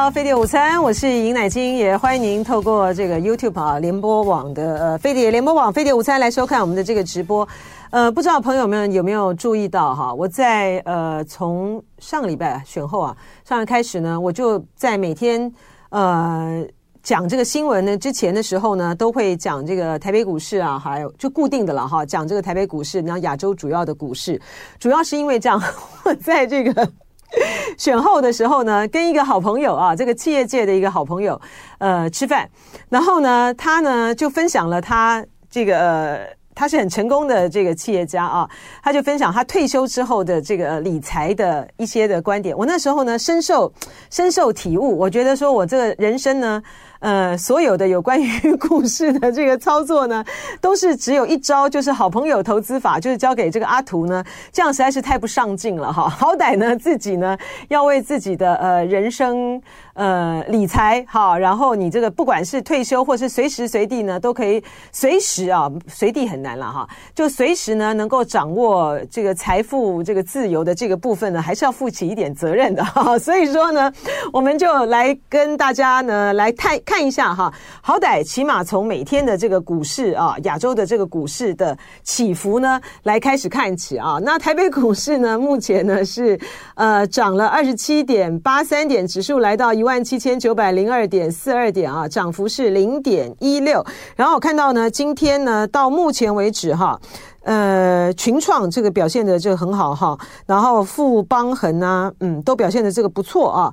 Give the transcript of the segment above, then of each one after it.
到飞碟午餐，我是尹乃菁，也欢迎您透过这个 YouTube 联播网的飞碟联播网飞碟午餐来收看我们的这个直播。不知道朋友们有没有注意到哈？我在从上个礼拜选后啊，上个开始呢，我就在每天讲这个新闻呢之前的时候呢，都会讲这个台北股市啊，还有就固定的了哈，讲这个台北股市，然后亚洲主要的股市，主要是因为这样，我在这个选后的时候呢，跟一个好朋友啊，这个企业界的一个好朋友吃饭，然后呢，他呢就分享了他这个他是很成功的这个企业家啊，他就分享他退休之后的这个理财的一些的观点。我那时候呢深受体悟，我觉得说我这个人生呢所有的有关于股市的这个操作呢，都是只有一招，就是好朋友投资法，就是交给这个阿图呢，这样实在是太不上进了哈。好歹呢自己呢要为自己的人生理财哈，然后你这个不管是退休或是随时随地呢，都可以随时啊，随地很难了哈，就随时呢能够掌握这个财富这个自由的这个部分呢，还是要负起一点责任的哈。所以说呢，我们就来跟大家呢来看一下哈，好歹起码从每天的这个股市啊，亚洲的这个股市的起伏呢来开始看起啊。那台北股市呢，目前呢是涨了27.83点，指数来到17902.42点啊，涨幅是0.16。然后我看到呢，今天呢到目前为止哈，群创这个表现的这个很好哈，然后富邦恒啊，都表现的这个不错啊。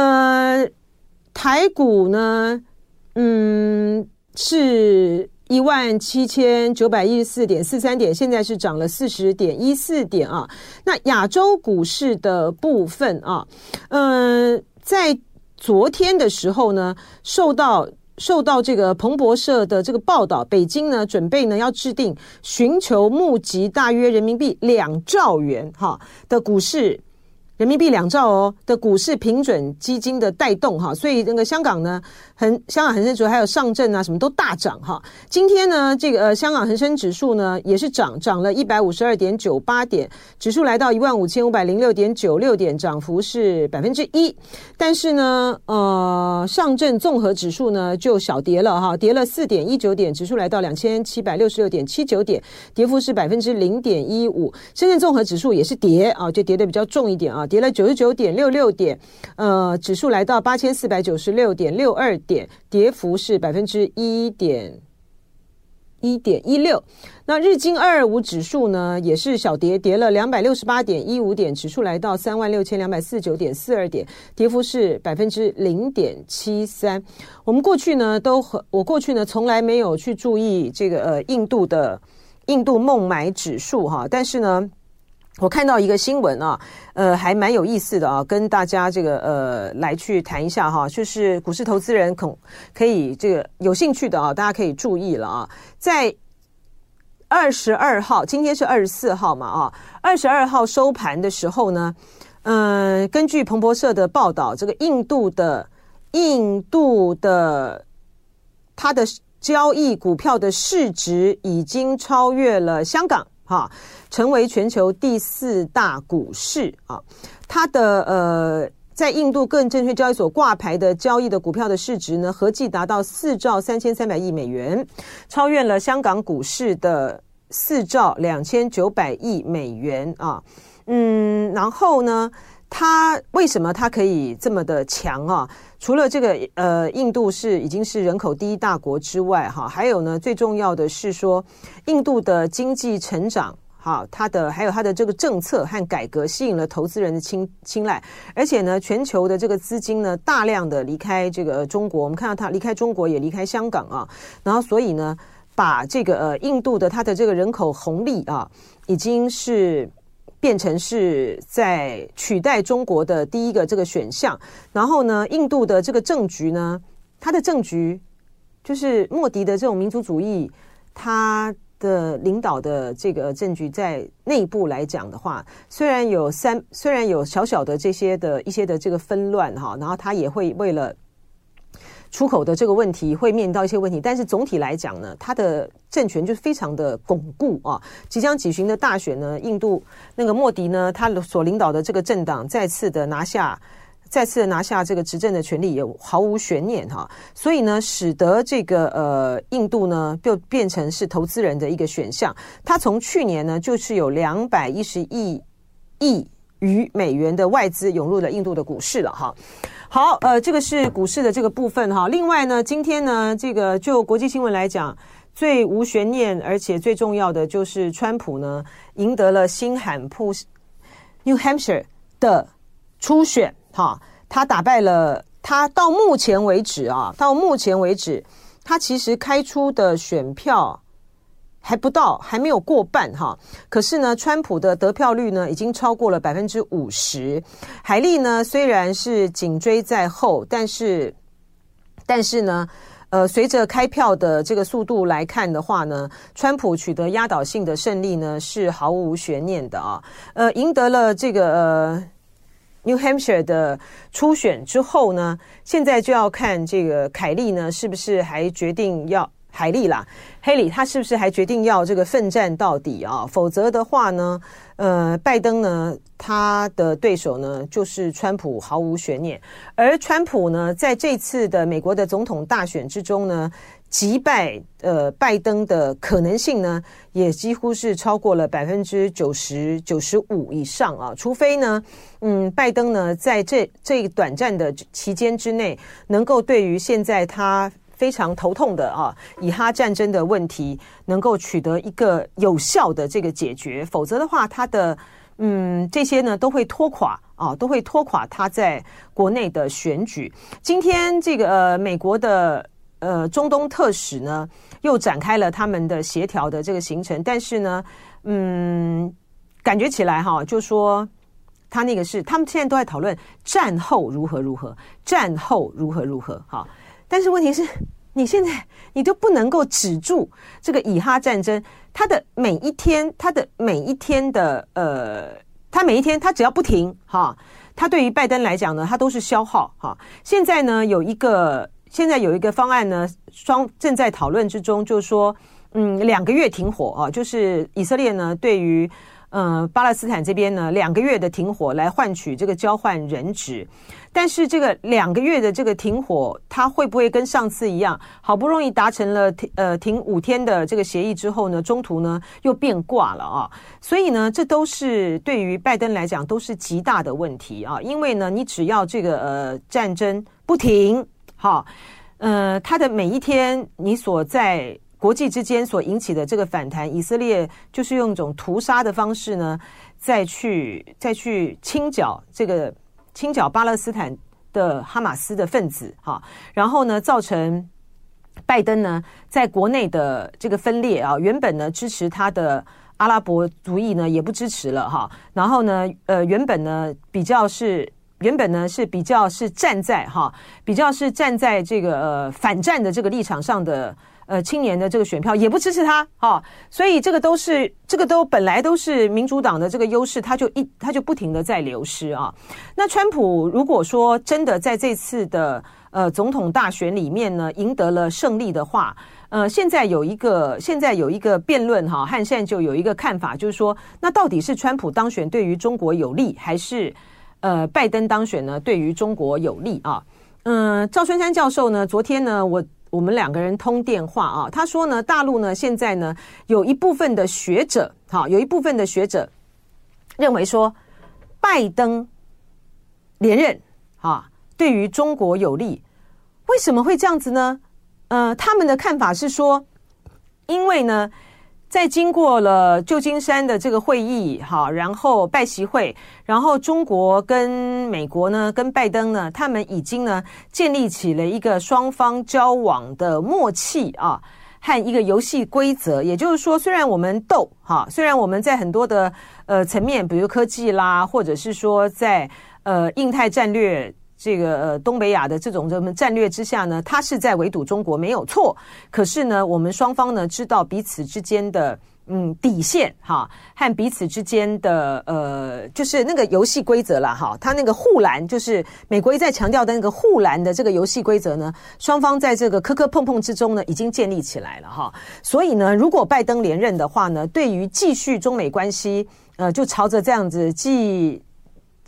台股呢，是17914.43点，现在是涨了40.14点啊。那亚洲股市的部分啊，在昨天的时候呢，受到这个彭博社的这个报道，北京呢准备呢要制定寻求募集大约人民币2兆元哈的股市。人民币2兆的股市平准基金的带动哈，所以那个香港呢，香港恒生指数还有上证啊什么都大涨哈。今天呢，这个香港恒生指数呢也是涨了152.98点，指数来到15506.96点，涨幅是1%。但是呢，上证综合指数呢就小跌了哈，跌了4.19点，指数来到2766.79点，跌幅是0.15%。深圳综合指数也是跌啊，就跌得比较重一点啊。跌了99.66点，指数来到8496.62点，跌幅是1.16%。那日经225指数呢也是小跌，跌了268.15点，指数来到36249.42点，跌幅是0.73%。我过去呢从来没有去注意这个印度孟买指数哈，但是呢，我看到一个新闻啊，还蛮有意思的啊，跟大家这个来去谈一下哈，就是股市投资人可以这个有兴趣的啊，大家可以注意了啊，在22号，今天是24号嘛啊，22号收盘的时候呢，根据彭博社的报道，这个印度的它的交易股票的市值已经超越了香港哈，成为全球第4大股市啊。它的在印度个人证券交易所挂牌的交易的股票的市值呢，合计达到4兆3300亿美元，超越了香港股市的4兆2900亿美元啊。然后呢，为什么它可以这么的强啊？除了这个印度已经是人口第1大国之外哈，还有呢，最重要的是说，印度的经济成长好，还有它的这个政策和改革吸引了投资人的青睐，而且呢，全球的这个资金呢大量的离开这个中国，我们看到它离开中国也离开香港啊，然后所以呢，把这个印度的它的这个人口红利啊，已经是变成是在取代中国的第一个这个选项。然后呢，印度的这个政局呢，它的政局就是莫迪的这种民族主义，它的领导的这个政局在内部来讲的话，虽然有小小的这些的一些的这个纷乱哈，然后它也会为了出口的这个问题会面临到一些问题，但是总体来讲呢，它的政权就是非常的巩固啊。即将举行的大选呢，印度那个莫迪呢，他所领导的这个政党再次的拿下再次拿下这个执政的权利也毫无悬念哈，所以呢，使得这个印度呢就变成是投资人的一个选项。它从去年呢就是有210亿余美元的外资涌入了印度的股市了哈。好，这个是股市的这个部分哈。另外呢，今天呢，这个就国际新闻来讲，最无悬念而且最重要的就是川普呢赢得了新罕布 New Hampshire 的初选哈，他打败了他到目前为止，他其实开出的选票还没有过半哈。可是呢，川普的得票率呢已经超过了 50%。海莉呢虽然是紧追在后，但是呢随着开票的这个速度来看的话呢，川普取得压倒性的胜利呢是毫无悬念的啊。赢得了这个New Hampshire 的初选之后呢，现在就要看这个凯莉呢是不是还决定要Haley他是不是还决定要这个奋战到底啊？否则的话呢，拜登呢他的对手呢就是川普，毫无悬念。而川普呢在这次的美国的总统大选之中呢，击败拜登的可能性呢也几乎是超过了 90-95% 以上啊。除非呢拜登呢在这短暂的期间之内能够对于现在他非常头痛的以哈战争的问题能够取得一个有效的这个解决，否则的话他的这些呢都会拖垮他在国内的选举。今天这个美国的中东特使呢又展开了他们的协调的这个行程，但是呢感觉起来就说他们现在都在讨论战后如何哈。但是问题是你现在你就不能够止住这个以哈战争，它每一天他只要不停哈，他对于拜登来讲呢，他都是消耗哈。现在有一个方案呢，正在讨论之中，就是说2个月停火啊，就是以色列呢对于巴勒斯坦这边呢2个月的停火来换取这个交换人质。但是这个2个月的这个停火，它会不会跟上次一样，好不容易达成了停5天的这个协议之后呢，中途呢又变卦了啊？所以呢，这都是对于拜登来讲都是极大的问题啊。因为呢，你只要这个战争不停，好，它的每一天你所在国际之间所引起的这个反弹，以色列就是用一种屠杀的方式呢，再去清剿巴勒斯坦的哈马斯的分子哈，然后呢造成拜登呢在国内的这个分裂啊，原本呢支持他的阿拉伯族裔呢也不支持了哈，然后呢原本呢是比较是站在这个反战的这个立场上的青年的这个选票也不支持他所以这个都本来都是民主党的这个优势，他就不停的在流失啊。那川普如果说真的在这次的总统大选里面呢赢得了胜利的话，现在有一个辩论汉善就有一个看法，就是说那到底是川普当选对于中国有利，还是拜登当选呢对于中国有利啊？赵春山教授呢昨天呢我们2个人通电话啊，他说呢，大陆呢现在呢有一部分的学者认为说，拜登连任对于中国有利。为什么会这样子呢？他们的看法是说，因为呢，在经过了旧金山的这个会议然后拜习会，然后中国跟美国呢跟拜登呢他们已经呢建立起了一个双方交往的默契和一个游戏规则。也就是说，虽然我们虽然我们在很多的层面，比如科技啦，或者是说在印太战略这个东北亚的这种战略之下呢，它是在围堵中国没有错。可是呢，我们双方呢知道彼此之间的底线和彼此之间的就是那个游戏规则啦它那个护栏，就是美国一再强调的那个护栏的这个游戏规则呢，双方在这个磕磕碰碰之中呢已经建立起来了所以呢，如果拜登连任的话呢，对于继续中美关系就朝着这样子既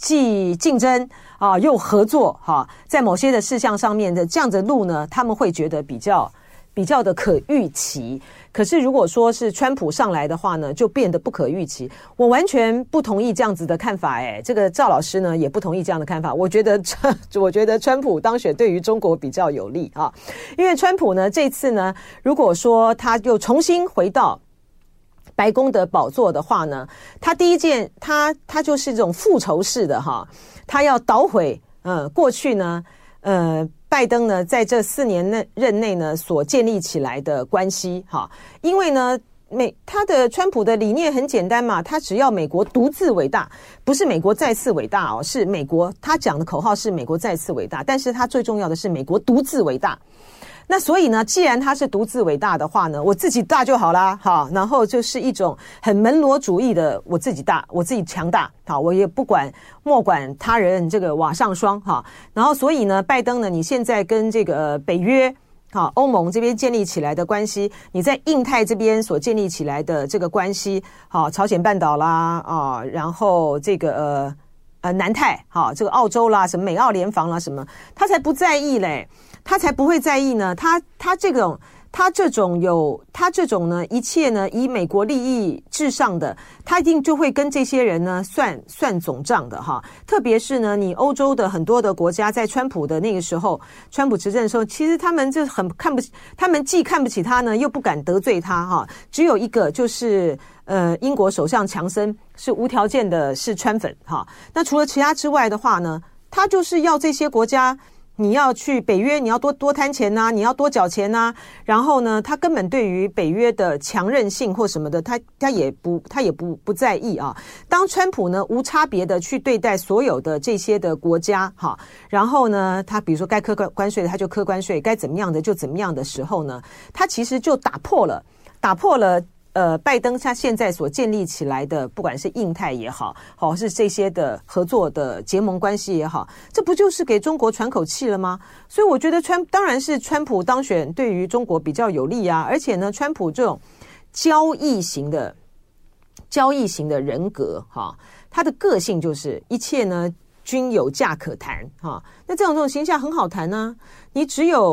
既竞争啊又合作哈，在某些的事项上面的这样的路呢，他们会觉得比较的可预期。可是如果说是川普上来的话呢，就变得不可预期。我完全不同意这样子的看法。这个赵老师呢也不同意这样的看法。我觉得川普当选对于中国比较有利啊，因为川普呢这次呢，如果说他又重新回到白宫的宝座的话呢，他第一件他就是这种复仇式的哈，他要捣毁过去呢拜登呢在这4年任内呢所建立起来的关系哈，因为呢他的川普的理念很简单嘛，他只要美国独自伟大，不是美国再次伟大哦，是美国，他讲的口号是美国再次伟大，但是他最重要的是美国独自伟大。那所以呢，既然他是独自伟大的话呢，我自己大就好啦，好，然后就是一种很门罗主义的我自己大，我自己强大，好，我也莫管他人这个瓦上霜哈。然后所以呢，拜登呢，你现在跟这个北约好，欧盟这边建立起来的关系，你在印太这边所建立起来的这个关系，好，朝鲜半岛啦啊，然后这个南太，好，这个澳洲啦，什么美澳联防啦，什么，他才不在意嘞。他才不会在意呢，他这种呢，一切呢以美国利益至上的，他一定就会跟这些人呢算总账的哈。特别是呢，你欧洲的很多的国家在川普的那个时候，川普执政的时候，其实他们就很看不起，他们既看不起他呢，又不敢得罪他哈。只有一个就是英国首相强森是无条件的是川粉哈。那除了其他之外的话呢，他就是要这些国家。你要去北约，你要多摊钱啊，你要多缴钱啊，然后呢，他根本对于北约的强韧性或什么的，他也不在意啊。当川普呢无差别的去对待所有的这些的国家哈，然后呢，他比如说该课关税的他就课关税，该怎么样的就怎么样的时候呢，他其实就打破了拜登他现在所建立起来的，不管是印太也好，好是这些的合作的结盟关系也好，这不就是给中国喘口气了吗？所以我觉得当然是川普当选对于中国比较有利啊，而且呢，川普这种交易型的人格哈，他的个性就是一切呢均有价可谈哈。那这种形象很好谈啊，你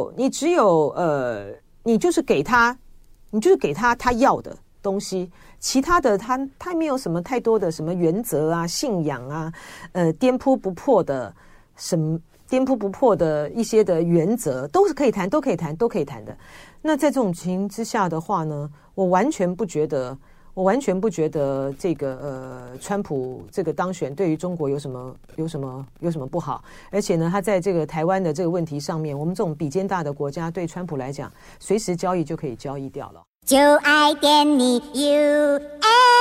就是给他他要的东西，其他的他没有什么太多的什么原则啊、信仰啊，颠扑不破的一些的原则都是可以谈的。那在这种情形之下的话呢，我完全不觉得这个川普这个当选对于中国有什么不好，而且呢，他在这个台湾的这个问题上面，我们这种比肩大的国家对川普来讲，随时交易就可以交易掉了。就爱点你 UFO